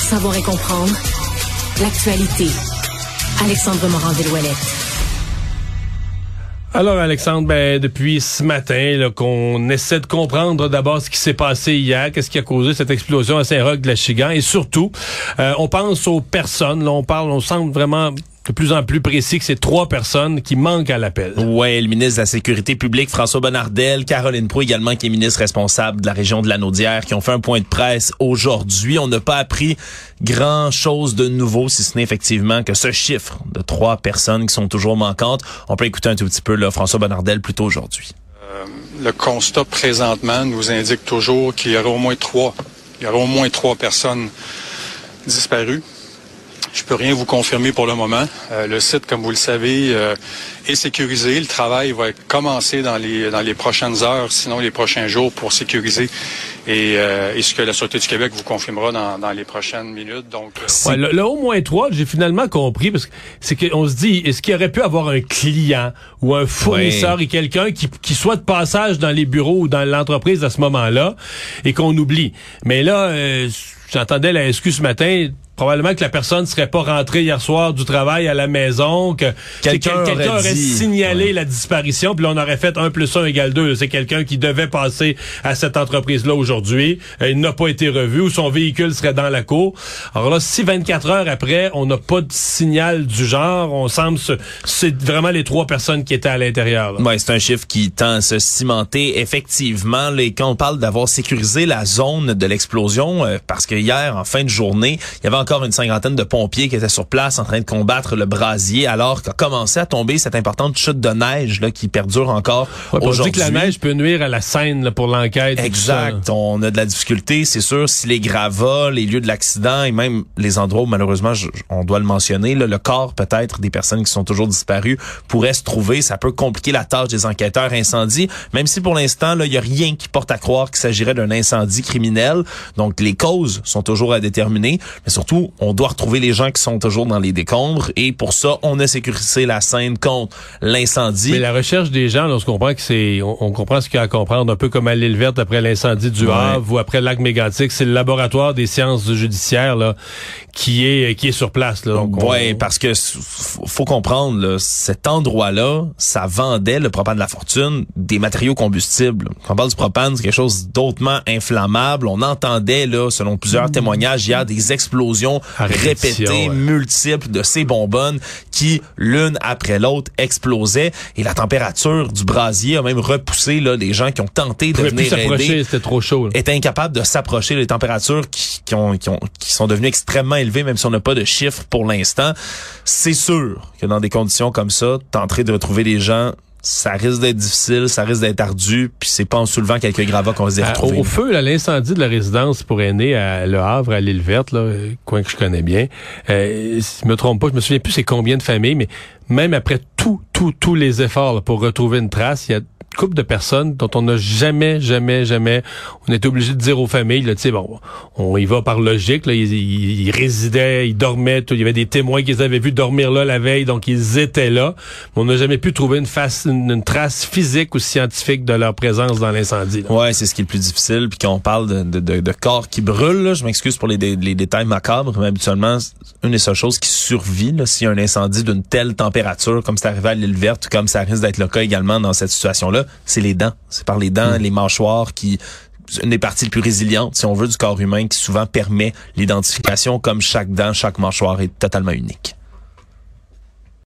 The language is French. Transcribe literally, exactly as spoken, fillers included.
savoir et comprendre l'actualité. Alexandre Morin-Villouellette. Alors Alexandre, ben depuis ce matin là, qu'on essaie de comprendre d'abord ce qui s'est passé hier, qu'est-ce qui a causé cette explosion à Saint-Roch-de-l'Achigan, et surtout, euh, on pense aux personnes, là, on parle, on semble vraiment de plus en plus précis que c'est trois personnes qui manquent à l'appel. Ouais, le ministre de la Sécurité publique, François Bonnardel, Caroline Proulx également, qui est ministre responsable de la région de la Naudière, qui ont fait un point de presse aujourd'hui. On n'a pas appris grand-chose de nouveau, si ce n'est effectivement que ce chiffre de trois personnes qui sont toujours manquantes. On peut écouter un tout petit peu là, François Bonnardel plus tôt aujourd'hui. Euh, le constat présentement nous indique toujours qu'il y aura au moins trois. Il y aura au moins trois personnes disparues. Je peux rien vous confirmer pour le moment. Euh, le site, comme vous le savez, euh, est sécurisé. Le travail va commencer dans les dans les prochaines heures, sinon les prochains jours, pour sécuriser. Et, euh, et ce que la Sûreté du Québec vous confirmera dans, dans les prochaines minutes. Donc, ouais, le, le au moins trois, j'ai finalement compris, parce que c'est qu'on se dit, est-ce qu'il aurait pu avoir un client ou un fournisseur ouais. et quelqu'un qui, qui soit de passage dans les bureaux ou dans l'entreprise à ce moment-là et qu'on oublie. Mais là, euh, j'entendais la S Q ce matin. Probablement que la personne serait pas rentrée hier soir du travail à la maison, que quelqu'un, quel, quelqu'un aurait, aurait signalé ouais. la disparition, puis là, on aurait fait un plus un égale deux. C'est quelqu'un qui devait passer à cette entreprise-là aujourd'hui. Euh, il n'a pas été revu, ou son véhicule serait dans la cour. Alors là, si vingt-quatre heures après, on n'a pas de signal du genre, on semble se, c'est vraiment les trois personnes qui étaient à l'intérieur. Oui, c'est un chiffre qui tend à se cimenter. Effectivement, les, quand on parle d'avoir sécurisé la zone de l'explosion, euh, parce que hier, en fin de journée, il y avait encore encore une cinquantaine de pompiers qui étaient sur place en train de combattre le brasier, alors qu'a commencé à tomber cette importante chute de neige là qui perdure encore ouais, aujourd'hui. On dit que la neige peut nuire à la scène là, pour l'enquête. Exact. Ça, on a de la difficulté, c'est sûr, si les gravats, les lieux de l'accident et même les endroits où malheureusement je, on doit le mentionner, là, le corps peut-être des personnes qui sont toujours disparues pourrait se trouver. Ça peut compliquer la tâche des enquêteurs incendie, même si pour l'instant il y a rien qui porte à croire qu'il s'agirait d'un incendie criminel. Donc les causes sont toujours à déterminer, mais surtout on doit retrouver les gens qui sont toujours dans les décombres et pour ça, on a sécurisé la scène contre l'incendie. Mais la recherche des gens, là, on comprend que c'est, on, on comprend ce qu'il y a à comprendre, un peu comme à l'île Verte après l'incendie du ouais. Havre ou après le lac Mégantic, c'est le laboratoire des sciences judiciaires là qui est qui est sur place. Là, donc ouais, on... parce que faut comprendre là, cet endroit-là, ça vendait le propane de la fortune, des matériaux combustibles. Quand on parle du propane, c'est quelque chose d'autrement inflammable. On entendait là, selon plusieurs mmh. témoignages hier, des explosions répétées, ouais. multiples de ces bonbonnes qui, l'une après l'autre, explosaient. Et la température du brasier a même repoussé là les gens qui ont tenté de venir aider. C'était trop chaud. Là. Étaient incapables de s'approcher. Les températures qui, qui, ont, qui, ont, qui sont devenues extrêmement élevées, même si on n'a pas de chiffres pour l'instant. C'est sûr que dans des conditions comme ça, tenter de retrouver les gens, ça risque d'être difficile, ça risque d'être ardu, puis c'est pas en soulevant quelques gravats qu'on va se retrouver. Au feu, là, l'incendie de la résidence pour aînés à Le Havre, à l'île Verte, là, coin que je connais bien, euh, si je me trompe pas, je me souviens plus c'est combien de familles, mais même après tout, tout, tous les efforts là, pour retrouver une trace, il y a couple de personnes dont on n'a jamais, jamais, jamais, on était obligé de dire aux familles, là, tu sais, bon, on y va par logique, là, ils, ils, ils résidaient, ils dormaient, tout, il y avait des témoins qu'ils avaient vu dormir là la veille, donc ils étaient là, mais on n'a jamais pu trouver une, face, une, une trace physique ou scientifique de leur présence dans l'incendie. Là. Ouais, c'est ce qui est le plus difficile, puis quand on parle de, de, de, de corps qui brûlent, là, je m'excuse pour les, les détails macabres, mais habituellement, une des seules choses qui survit, là, s'il y a un incendie d'une telle température, comme c'est arrivé à l'île Verte, comme ça risque d'être le cas également dans cette situation-là, c'est les dents. C'est par les dents, mmh. les mâchoires qui, une des parties les plus résilientes, si on veut, du corps humain qui souvent permet l'identification comme chaque dent, chaque mâchoire est totalement unique.